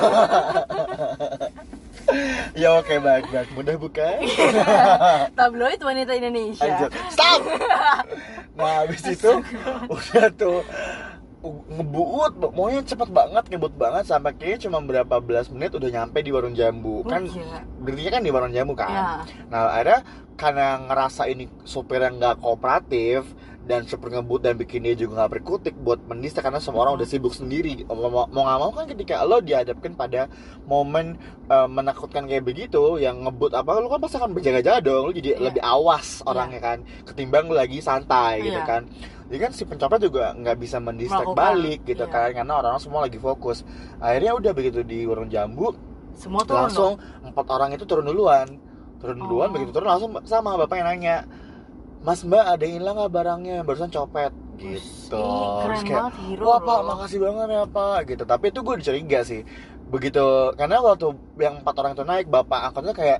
Speaker 2: Ya oke, baik baik. Mudah bukan?
Speaker 1: Tabloid wanita Indonesia.
Speaker 2: Anjir. Stop. Nah habis itu udah tuh ngebut, maunya cepet banget, ngebut banget sampai kayaknya cuma berapa belas menit udah nyampe di warung jambu. Kan berarti kan di warung jambu kan.
Speaker 1: Ya.
Speaker 2: Nah ada karena ngerasa ini supir yang nggak kooperatif dan super ngebut dan bikin dia juga nggak berkutik buat mendista karena semua orang udah sibuk sendiri. Mau nggak mau kan ketika lo dihadapkan pada momen uh, menakutkan kayak begitu, yang ngebut apa, lo kan pasti akan berjaga-jaga dong, lo jadi
Speaker 1: yeah.
Speaker 2: lebih awas orangnya
Speaker 1: yeah.
Speaker 2: kan, ketimbang lo lagi santai yeah. gitu kan. Jadi kan si pencopet juga nggak bisa mendistek balik gitu yeah. kan, karena orang-orang semua lagi fokus. Akhirnya udah begitu di warung jambu,
Speaker 1: semua turun
Speaker 2: langsung
Speaker 1: dong.
Speaker 2: Empat orang itu turun duluan, turun duluan. Oh. Begitu turun langsung sama bapaknya nanya, Mas Mbak ada yang hilang nggak barangnya, barusan copet gitu. Terus kayak, wah Pak makasih banget ya Pak gitu. Tapi itu gue dicuriga sih begitu, karena waktu yang empat orang itu naik, bapak angkotnya kayak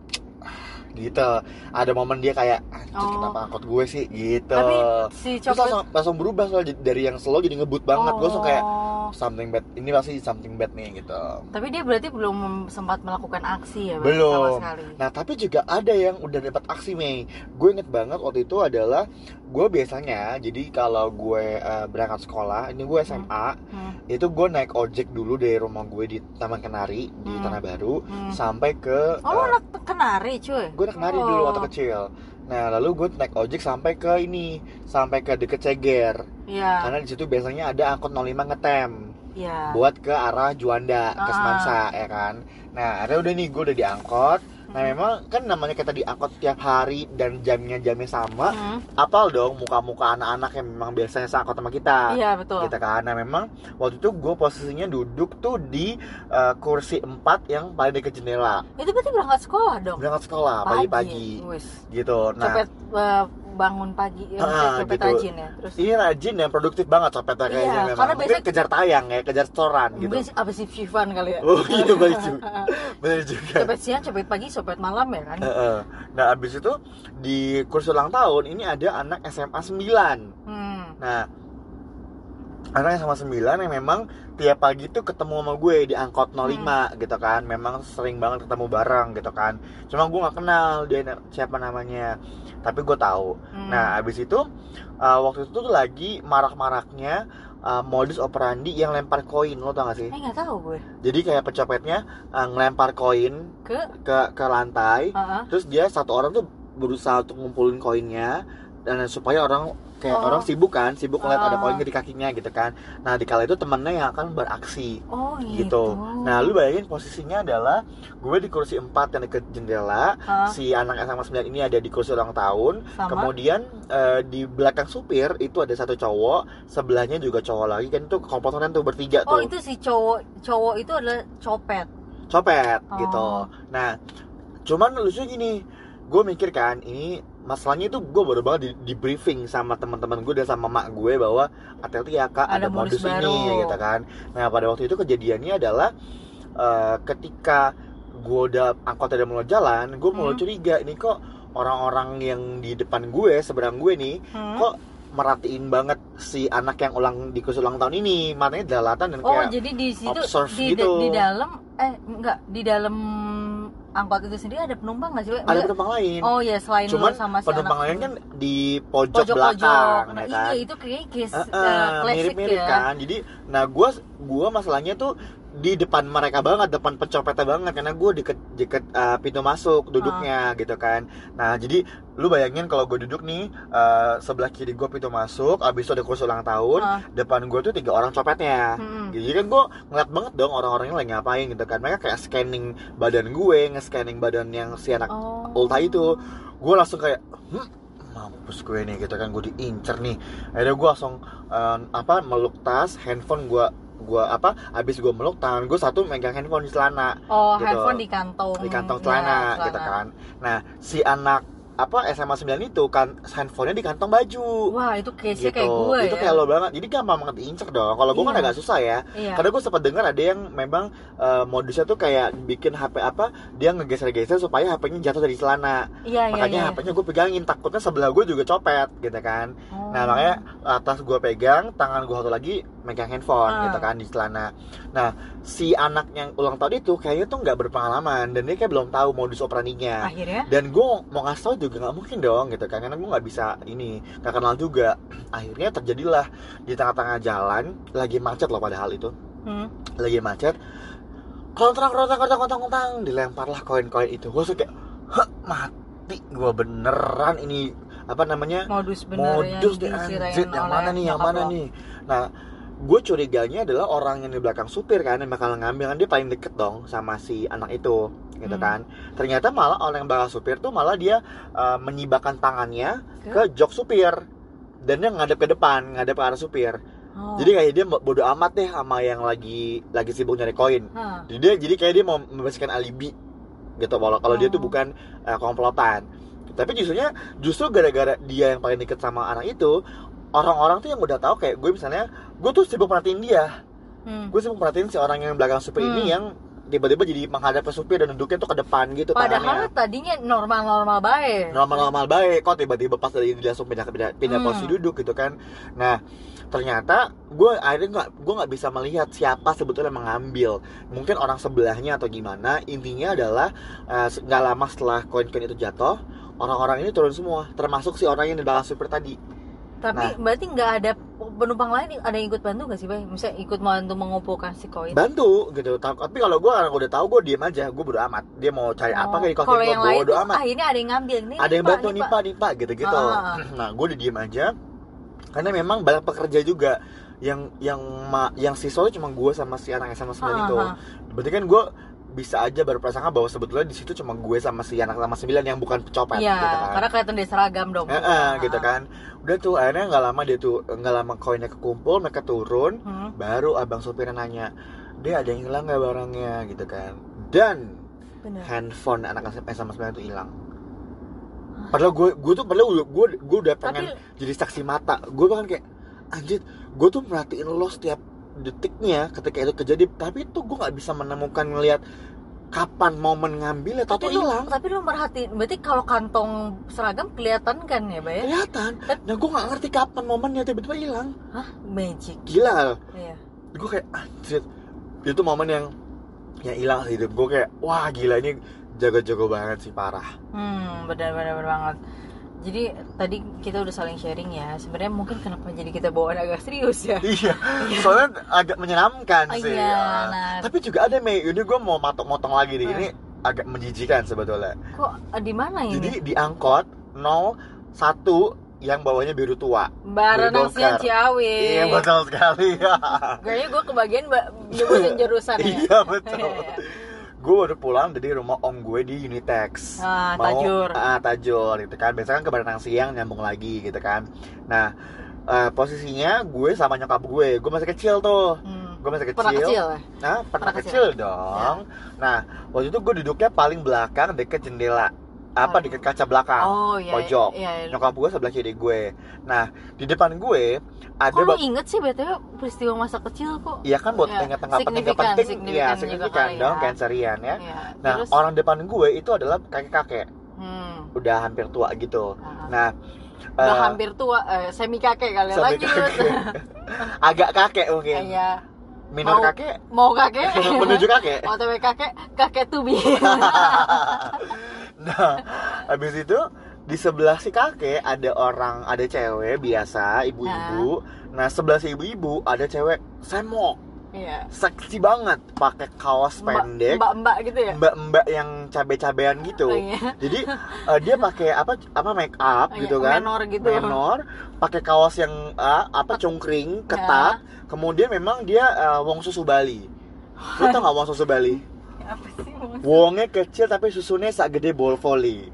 Speaker 2: gitu, ada momen dia kayak anjir oh. kenapa angkot gue sih gitu.
Speaker 1: Tapi si copet...
Speaker 2: terus langsung, langsung berubah soalnya dari yang slow jadi ngebut banget. Oh. Gue langsung kayak something bad, ini pasti something bad nih gitu.
Speaker 1: Tapi dia berarti belum sempat melakukan aksi ya,
Speaker 2: belum.
Speaker 1: Sama sekali.
Speaker 2: Nah tapi juga ada yang udah dapat aksi, Mei. Gue inget banget waktu itu adalah gue biasanya, jadi kalau gue uh, berangkat sekolah, ini gue S M A, hmm. Hmm. itu gue naik ojek dulu dari rumah gue di Taman Kenari di hmm. Tanah Baru hmm. sampai ke.
Speaker 1: Oh, uh, anak Kenari cuy.
Speaker 2: Gue anak Kenari oh. dulu waktu kecil. Nah lalu gue naik ojek sampai ke ini, sampai ke deket Ceger.
Speaker 1: Iya.
Speaker 2: Karena di situ biasanya ada angkot nol lima ngetem.
Speaker 1: Iya.
Speaker 2: Buat ke arah Juanda, ke Semansa, ya kan. Nah akhirnya udah nih gue udah diangkot. Nah memang kan namanya kita diangkot tiap hari dan jamnya jamnya sama, hmm. apal dong muka-muka anak-anak yang memang biasanya seangkot sama kita.
Speaker 1: Iya betul.
Speaker 2: Kita kan, nah memang waktu itu gue posisinya duduk tuh di uh, kursi empat yang paling dekat jendela.
Speaker 1: Itu berarti berangkat sekolah dong?
Speaker 2: Berangkat sekolah pagi-pagi. Gitu. Nah.
Speaker 1: Copet uh, bangun pagi, ya,
Speaker 2: ah,
Speaker 1: copet
Speaker 2: gitu.
Speaker 1: rajin ya. Terus.
Speaker 2: Iya rajin dan produktif banget copetnya kayaknya
Speaker 1: iya,
Speaker 2: memang. Mungkin biasanya... kejar tayang ya, kejar setoran gitu.
Speaker 1: Mungkin apa sih Vivan kali ya?
Speaker 2: Oh iya baik juga. Bener juga.
Speaker 1: Copet siang, copet pagi, copet malam ya kan?
Speaker 2: Nah abis itu di kursus ulang tahun ini ada anak S M A sembilan. hmm. Nah anak S M A sembilan yang memang tiap pagi tuh ketemu sama gue di angkot nol lima hmm. gitu kan. Memang sering banget ketemu bareng gitu kan. Cuma gue gak kenal dia siapa namanya, tapi gue tahu. hmm. Nah abis itu uh, waktu itu tuh lagi marak-maraknya uh, modus operandi yang lempar koin. Lo tau gak sih?
Speaker 1: Eh gak tahu gue.
Speaker 2: Jadi kayak pencopetnya uh, ngelempar koin
Speaker 1: ke
Speaker 2: ke, ke lantai.
Speaker 1: uh-huh.
Speaker 2: Terus dia satu orang tuh berusaha untuk ngumpulin koinnya, dan supaya orang kayak oh. orang sibuk kan, sibuk ngeliat uh. ada koin di kakinya gitu kan. Nah di kala itu temennya yang akan beraksi.
Speaker 1: Oh gitu.
Speaker 2: gitu. Nah lu bayangin posisinya adalah gue di kursi empat yang deket jendela, uh. si anak S M A sembilan ini ada di kursi ulang tahun. Sama? Kemudian uh, di belakang supir itu ada satu cowok, sebelahnya juga cowok lagi kan, itu komponen tuh bertiga tuh.
Speaker 1: Oh itu si cowok cowok itu adalah copet.
Speaker 2: Copet
Speaker 1: oh.
Speaker 2: gitu. Nah cuman lucunya gini, gue mikir kan ini masalahnya itu gue baru banget di, di briefing sama teman-teman gue dan sama mak gue bahwa hati-hati ya kak, ada, ada modus, modus ini gitu kan. Nah pada waktu itu kejadiannya adalah uh, ketika gue udah angkot ada mulai jalan, gue mulai hmm. curiga ini kok orang-orang yang di depan gue, seberang gue nih, hmm. kok merhatiin banget si anak yang ulang di kursus ulang tahun ini, matanya dalatan dan
Speaker 1: oh,
Speaker 2: kayak
Speaker 1: jadi di situ
Speaker 2: observe
Speaker 1: di,
Speaker 2: gitu.
Speaker 1: Di dalam eh enggak di dalam angkot itu sendiri ada penumpang nggak sih?
Speaker 2: Ada penumpang lain.
Speaker 1: Oh ya, selain
Speaker 2: cuman
Speaker 1: lu sama si
Speaker 2: penumpang lain
Speaker 1: itu.
Speaker 2: Kan di pojok, pojok
Speaker 1: belakang.
Speaker 2: Nah,
Speaker 1: ya
Speaker 2: kan?
Speaker 1: Iya itu kayak case
Speaker 2: uh, uh,
Speaker 1: uh, klasik
Speaker 2: mirip-mirip
Speaker 1: ya.
Speaker 2: kan. Jadi, nah gue gue masalahnya tuh di depan mereka banget, depan pencopetnya banget, karena gue deket deket uh, pintu masuk duduknya uh. gitu kan. Nah jadi lu bayangin kalau gue duduk nih uh, sebelah kiri gue pintu masuk, abis itu ada kursi ulang tahun, uh. depan gue tuh tiga orang copetnya. Hmm. Jadi kan gue ngeliat banget dong orang-orangnya lagi ngapain gitu kan. Mereka kayak scanning badan gue, nge-scanning badan yang si anak oh. ulta itu. Gue langsung kayak hm, mampus gue nih gitu kan, gue diincer nih. Akhirnya gue langsung uh, apa meluk tas, handphone gue gua apa abis gue meluk, tangan gue satu megang handphone di celana.
Speaker 1: Oh,
Speaker 2: gitu.
Speaker 1: handphone di kantong
Speaker 2: di kantong celana, ya, gitu kan. Nah si anak apa S M A sembilan itu kan handphonenya di kantong baju.
Speaker 1: Wah itu case-nya
Speaker 2: gitu.
Speaker 1: kayak gue
Speaker 2: itu
Speaker 1: ya.
Speaker 2: kayak lo banget, jadi gampang banget diincer dong. Kalau gue iya. kan agak susah ya, iya. karena gue sempat dengar ada yang memang uh, modusnya tuh kayak bikin H P apa, dia ngegeser-geser supaya H P-nya jatuh dari celana.
Speaker 1: Iya,
Speaker 2: makanya
Speaker 1: iya,
Speaker 2: H P-nya gue pegangin, takutnya sebelah gue juga copet gitu kan. oh. Nah makanya atas gue pegang, tangan gue satu lagi megang handphone uh. gitu kan di celana. Nah si anak yang ulang tahun itu kayaknya tuh nggak berpengalaman dan dia kayak belum tahu modus operandinya.
Speaker 1: Akhirnya?
Speaker 2: Dan gue mau ngasih tau juga nggak mungkin dong gitu kan, karena gue nggak bisa ini, nggak kenal juga. Akhirnya terjadilah di tengah-tengah jalan, lagi macet loh padahal itu, hmm. lagi macet, kontrang kontrang kontrang kontrang kontrang, dilemparlah koin-koin itu. Gue kayak, hah mati gue beneran ini apa namanya
Speaker 1: modus bener
Speaker 2: modus
Speaker 1: yang
Speaker 2: anjir, yang mana nih yang mana nih. Nah gue curiganya adalah orang yang di belakang supir kan, yang bakal ngambil, kan dia paling deket dong sama si anak itu gitu hmm. kan. Ternyata malah orang yang belakang supir tuh malah dia uh, menyibakkan tangannya ke, ke jok supir dan dia ngadep ke depan, ngadep ke arah supir. oh. Jadi kayak dia bodo amat deh sama yang lagi lagi sibuk nyari koin. hmm. Jadi dia jadi kayak dia mau membebaskan alibi gitu, kalau kalau oh. dia tuh bukan uh, komplotan. Tapi justrunya justru gara-gara dia yang paling deket sama anak itu, orang-orang tuh yang udah tahu kayak gue misalnya, gue tuh sibuk perhatiin dia, hmm. gue sibuk perhatiin si orang yang belakang supir hmm. ini yang tiba-tiba jadi menghadap ke supir dan duduknya tuh ke depan gitu.
Speaker 1: Padahal tangannya tadinya normal-normal baik.
Speaker 2: Normal-normal baik, kok tiba-tiba pas dari dia langsung pindah pindah, pindah hmm. posisi duduk gitu kan. Nah ternyata gue akhirnya nggak gue nggak bisa melihat siapa sebetulnya mengambil. Mungkin orang sebelahnya atau gimana. Intinya adalah nggak uh, lama setelah koin-koin itu jatuh, orang-orang ini turun semua, termasuk si orang yang di belakang supir tadi.
Speaker 1: Tapi nah, berarti nggak ada penumpang lain, ada yang ikut bantu nggak sih, Bay? Misalnya ikut bantu mengumpulkan si koin?
Speaker 2: Bantu gitu. Tapi kalau gue orang udah tahu, gue diem aja, gue bodo amat. Dia mau cari oh, apa kayak di koin gue, gue bodo amat.
Speaker 1: Akhirnya ada yang ngambil, nih,
Speaker 2: ada yang bantu nih pak, nih pak, gitu-gitu. Ah. Nah gue udah diem aja, karena memang banyak pekerja juga yang yang ma, yang siswa cuma gue sama si anak S M A sembilan itu. Berarti kan gue bisa aja berprasangka bahwa sebetulnya di situ cuma gue sama si anak sama sembilan yang bukan pecopet.
Speaker 1: Iya,
Speaker 2: gitu kan.
Speaker 1: Karena kelihatan dia seragam dong.
Speaker 2: E -e, gitu kan. Udah tuh akhirnya nggak lama dia tuh nggak lama koinnya kekumpul, mereka turun, hmm. baru abang supirnya nanya, dia ada yang hilang nggak barangnya gitu kan. Dan bener. Handphone anak S M A sembilan itu hilang. Padahal gue gue tuh padahal gue gue udah pengen tapi, jadi saksi mata. Gue bahkan kayak anjir, gue tuh merhatiin lo setiap detiknya ketika itu kejadian, tapi itu gue nggak bisa menemukan ngelihat kapan momen ngambilnya, tapi lu hilang.
Speaker 1: Tapi lu merhatiin, berarti kalau kantong seragam kelihatan kan ya, Bay?
Speaker 2: Kelihatan. Nah gue nggak ngerti kapan momennya tiba-tiba hilang.
Speaker 1: Hah, magic.
Speaker 2: Gila.
Speaker 1: Iya.
Speaker 2: Gue kayak anjir, itu momen yang yang hilang sih. Gue kayak wah gila, ini jago-jago banget sih, parah.
Speaker 1: Hmm, benar-benar banget. Jadi tadi kita udah saling sharing ya. Sebenarnya mungkin kenapa jadi kita bawaan agak serius ya?
Speaker 2: Iya. Soalnya agak menyeramkan
Speaker 1: oh,
Speaker 2: sih.
Speaker 1: Iya, nah.
Speaker 2: Tapi juga ada Mei. Ini gue mau matok-motong lagi nih. Hmm. Ini agak menjijikan sebetulnya.
Speaker 1: Kok di mana ini?
Speaker 2: Jadi di angkot nol satu yang bawahnya biru tua.
Speaker 1: Baranasian Ciawi.
Speaker 2: Iya betul sekali.
Speaker 1: Kayaknya gue kebagian nyebutin jurusan ya.
Speaker 2: Iya betul. Gue baru pulang dari rumah om gue di Unitex.
Speaker 1: Ah, mau, Tajur.
Speaker 2: Ah, Tajur gitu kan. Biasanya kan ke Baranang siang nyambung lagi gitu kan. Nah, uh, posisinya gue sama nyokap gue. Gue masih kecil tuh. Hmm. Gue masih kecil.
Speaker 1: Pernah kecil ya?
Speaker 2: Nah, pernah, pernah kecil, kecil dong. Ya. Nah, waktu itu gue duduknya paling belakang deket jendela. Apa deket kaca belakang,
Speaker 1: oh, iya,
Speaker 2: pojok.
Speaker 1: iya, iya.
Speaker 2: Nyokap gue sebelah kiri gue. Nah, di depan gue ada.
Speaker 1: Kok lu inget sih B T W peristiwa masa kecil kok?
Speaker 2: Iya kan buat ya, ingat-ingat penting, iya signifikan dong,
Speaker 1: ya.
Speaker 2: cancerian ya.
Speaker 1: Ya.
Speaker 2: Nah, terus, orang depan gue itu adalah kakek-kakek.
Speaker 1: Hmm.
Speaker 2: Udah hampir tua gitu.
Speaker 1: Uh-huh.
Speaker 2: Nah,
Speaker 1: udah
Speaker 2: uh,
Speaker 1: hampir tua, eh, semi kakek kali
Speaker 2: semi
Speaker 1: lanjut.
Speaker 2: Kakek. Agak kakek mungkin.
Speaker 1: Iya.
Speaker 2: minor
Speaker 1: mau,
Speaker 2: kakek
Speaker 1: mau kakek
Speaker 2: menuju kakek
Speaker 1: O T W kakek kakek tubi.
Speaker 2: Nah habis itu di sebelah si kakek ada orang, ada cewek biasa, ibu-ibu. Nah sebelah si ibu-ibu ada cewek semok.
Speaker 1: Iya.
Speaker 2: Seksi banget, pakai kaos
Speaker 1: Mbak,
Speaker 2: pendek,
Speaker 1: mbak-mbak gitu ya,
Speaker 2: mbak-mbak yang cabe-cabean gitu.
Speaker 1: Oh, iya.
Speaker 2: Jadi uh, dia pakai apa apa make up
Speaker 1: Oh,
Speaker 2: gitu
Speaker 1: iya,
Speaker 2: kan,
Speaker 1: menor gitu.
Speaker 2: menor, pakai kaos yang uh, apa cungkring, ketat. Ya. Kemudian memang dia uh, wong susu Bali. Lu tau gak wong susu Bali?
Speaker 1: Apa sih wong?
Speaker 2: Wongnya kecil tapi susunya sak gede bola voli.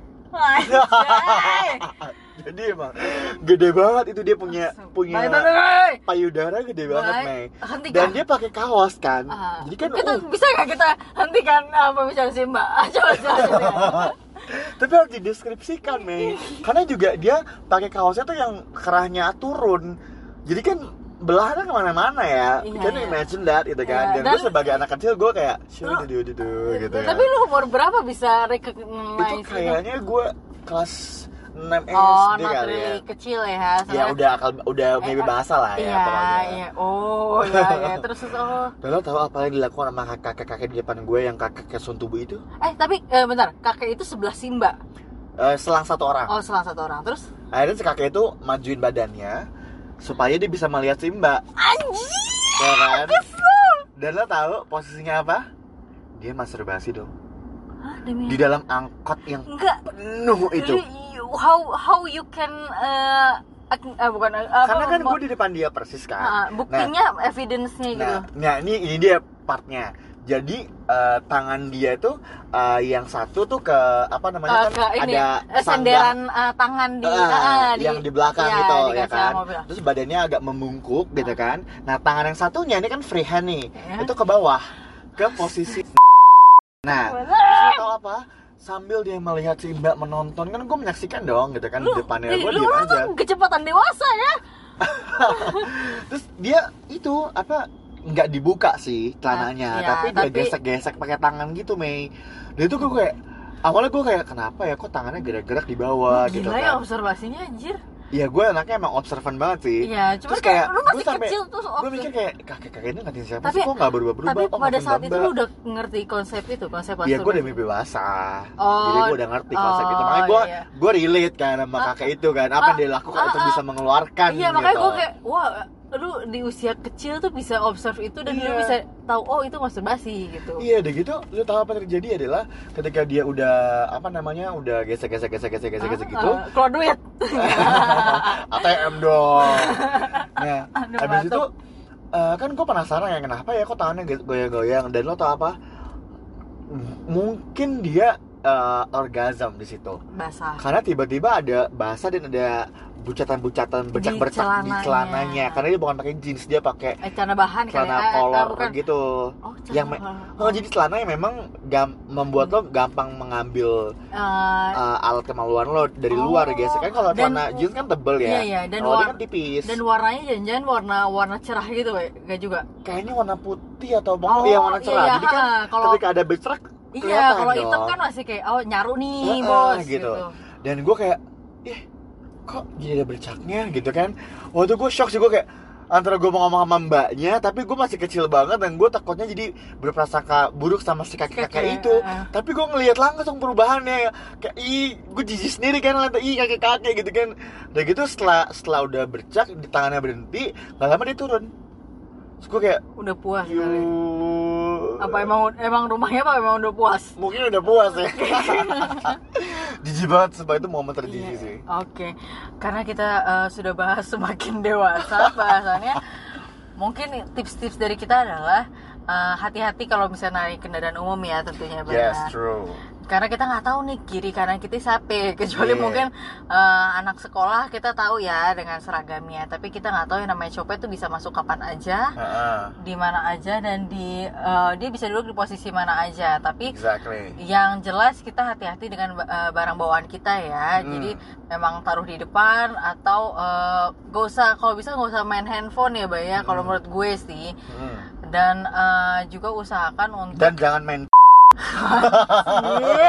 Speaker 2: Jadi emang gede banget itu, dia punya punya payudara gede banget, Mei. Dan dia pakai kaos kan. Uh, Jadi kan
Speaker 1: kita
Speaker 2: uh,
Speaker 1: bisa nggak kita hentikan apa bicara si Mbak? Coba coba.
Speaker 2: Tapi harus dideskripsikan, Mei. Karena juga dia pakai kaosnya tuh yang kerahnya turun. Jadi kan belahnya kemana-mana ya.
Speaker 1: Iya,
Speaker 2: Can you
Speaker 1: iya.
Speaker 2: imagine that gitu kan.
Speaker 1: Iya,
Speaker 2: dan,
Speaker 1: dan
Speaker 2: gue sebagai anak kecil gue kayak sure dudu dudu gitu ya.
Speaker 1: Tapi lu umur berapa bisa recognize
Speaker 2: itu? Kayaknya gue kelas enam S D
Speaker 1: oh,
Speaker 2: kali ya.
Speaker 1: Oh, kecil ya.
Speaker 2: Ya udah akal, udah maybe bahasa lah ya
Speaker 1: iya,
Speaker 2: pokoknya.
Speaker 1: Iya, oh iya, iya. Terus oh.
Speaker 2: Dan lo tau apa yang dilakukan sama kakek-kakek di depan gue yang kakek sun tubuh itu?
Speaker 1: Eh tapi eh, bentar, kakek itu sebelah Simba.
Speaker 2: Uh, selang satu orang.
Speaker 1: Oh, selang satu orang. Terus?
Speaker 2: Akhirnya si kakek itu majuin badannya supaya dia bisa melihat Simba.
Speaker 1: Anjir.
Speaker 2: Ya kan? Kesel. Dan lo tahu posisinya apa? Dia masturbasi dong.
Speaker 1: Hah, demi
Speaker 2: di dalam angkot yang
Speaker 1: enggak
Speaker 2: penuh itu.
Speaker 1: How how you can uh, uh, bukan uh,
Speaker 2: karena
Speaker 1: apa,
Speaker 2: kan gue di depan dia persis kan.
Speaker 1: Uh, buktinya, nah, evidence-nya gitu.
Speaker 2: Nah, nah ini ini dia partnya. Jadi uh, tangan dia itu uh, yang satu tuh ke apa namanya uh, kan
Speaker 1: ini,
Speaker 2: ada
Speaker 1: senderan uh, tangan di,
Speaker 2: uh,
Speaker 1: uh,
Speaker 2: yang di, di belakang
Speaker 1: iya,
Speaker 2: gitu
Speaker 1: di
Speaker 2: ya kan.
Speaker 1: mobil.
Speaker 2: Terus badannya agak membungkuk uh. gitu kan. Nah tangan yang satunya ini kan free hand nih,
Speaker 1: yeah.
Speaker 2: itu ke bawah ke posisi. Nah terus tau apa? Sambil dia melihat si Mbak menonton, kan gue menyaksikan dong gitu kan. Lu, di depannya gue diam aja.
Speaker 1: Lu kecepatan dewasa ya.
Speaker 2: Terus dia itu apa nggak dibuka sih celananya, ya, tapi, tapi dia gesek-gesek pakai tangan gitu, Mei. Dan itu gue kayak awalnya gue kayak kenapa ya kok tangannya gerak-gerak di bawah
Speaker 1: gila
Speaker 2: gitu kan.
Speaker 1: Gila ya observasinya anjir.
Speaker 2: Iya, gue anaknya emang observan banget sih.
Speaker 1: Iya, cuma
Speaker 2: terus kayak
Speaker 1: lu masih
Speaker 2: gue sampai,
Speaker 1: kecil terus
Speaker 2: gue mikir kayak kakek-kakek ini ngatain siapa
Speaker 1: tapi,
Speaker 2: sih, kok nggak berubah-berubah.
Speaker 1: Tapi
Speaker 2: oh,
Speaker 1: pada saat
Speaker 2: bamba.
Speaker 1: itu lu udah ngerti konsep itu, konsep
Speaker 2: masturbasi. Iya, gue udah mimpi basah.
Speaker 1: Oh,
Speaker 2: jadi gue udah ngerti konsep
Speaker 1: oh,
Speaker 2: itu. Makanya gue
Speaker 1: iya.
Speaker 2: gue relate kan sama
Speaker 1: ah,
Speaker 2: kakek itu kan, apa
Speaker 1: ah,
Speaker 2: yang dia lakukan
Speaker 1: ah,
Speaker 2: itu
Speaker 1: ah,
Speaker 2: bisa mengeluarkan.
Speaker 1: Iya, makanya
Speaker 2: gitu.
Speaker 1: gue kayak wah, lu di usia kecil tuh bisa observe itu dan
Speaker 2: iya.
Speaker 1: lu bisa tahu oh itu masturbasi gitu.
Speaker 2: Iya deh gitu, lu tahu apa terjadi adalah ketika dia udah apa namanya udah gesek gesek gesek gesek gesek gesek gitu.
Speaker 1: Uh, keluar duit.
Speaker 2: A T M dong. Nah,
Speaker 1: Aduh,
Speaker 2: habis itu uh, kan gue penasaran ya kenapa ya kok tangannya goyang-goyang, dan lo tau apa? Mungkin dia uh, orgasm di situ.
Speaker 1: Basah.
Speaker 2: Karena tiba-tiba ada basah dan ada bucatan-bucatan bercak-bercak di, di celananya. Karena dia bukan pakai jeans, dia pakai
Speaker 1: eh, celana bahan
Speaker 2: celana
Speaker 1: kan,
Speaker 2: kolor
Speaker 1: eh,
Speaker 2: gitu.
Speaker 1: Oh,
Speaker 2: yang me- oh jadi celananya memang gam- membuat lo gampang mengambil
Speaker 1: uh,
Speaker 2: uh, alat kemaluan lo dari oh, luar guys. Kan kalau celana jeans kan tebel ya.
Speaker 1: Iya, iya. Dan
Speaker 2: kalau
Speaker 1: war-
Speaker 2: dia kan tipis.
Speaker 1: Dan warnanya jangan-jangan warna warna cerah gitu, gak juga?
Speaker 2: Kayaknya warna putih atau bawang oh, ya warna cerah.
Speaker 1: Iya,
Speaker 2: jadi kan
Speaker 1: kalau,
Speaker 2: ketika ada bercerak
Speaker 1: iya, kalau hitam kan masih kayak oh nyaru nih, uh, bos
Speaker 2: gitu.
Speaker 1: gitu.
Speaker 2: Dan gue kayak ih kok jadi ada bercaknya gitu kan. Waktu gue shock sih, gue kayak antara gue mau ngomong sama mbaknya tapi gue masih kecil banget dan gue takutnya jadi berprasangka buruk sama si kakek-kakek itu. Uh. Tapi gue ngelihat langsung perubahannya, kayak ih gue jijik sendiri kan ngeliat ih kakek-kakek gitu kan. Dan gitu setelah setelah udah bercak di tangannya berhenti, nggak lama dia turun. Terus gue kayak
Speaker 1: udah puas kali. Apa emang emang rumahnya apa emang udah puas?
Speaker 2: Mungkin udah puas ya. Jijik banget, sebab itu momen terjijik
Speaker 1: iya.
Speaker 2: sih.
Speaker 1: Oke, okay. Karena kita uh, sudah bahas semakin dewasa bahasannya, mungkin tips-tips dari kita adalah uh, hati-hati kalau misalnya naik kendaraan umum ya tentunya.
Speaker 2: Yes, benar. True.
Speaker 1: Karena kita nggak tahu nih kiri kanan kita siapa, kecuali yeah. mungkin uh, anak sekolah kita tahu ya dengan seragamnya, tapi kita nggak tahu yang namanya copet tuh bisa masuk kapan aja, uh-huh. di mana aja, dan di uh, dia bisa duduk di posisi mana aja. Tapi
Speaker 2: exactly.
Speaker 1: yang jelas kita hati-hati dengan uh, barang bawaan kita ya. Hmm. Jadi memang taruh di depan atau uh, gak usah, kalau bisa gak usah main handphone ya, Bay ya. Hmm. Kalau menurut gue sih. Hmm. Dan uh, juga usahakan untuk
Speaker 2: dan jangan main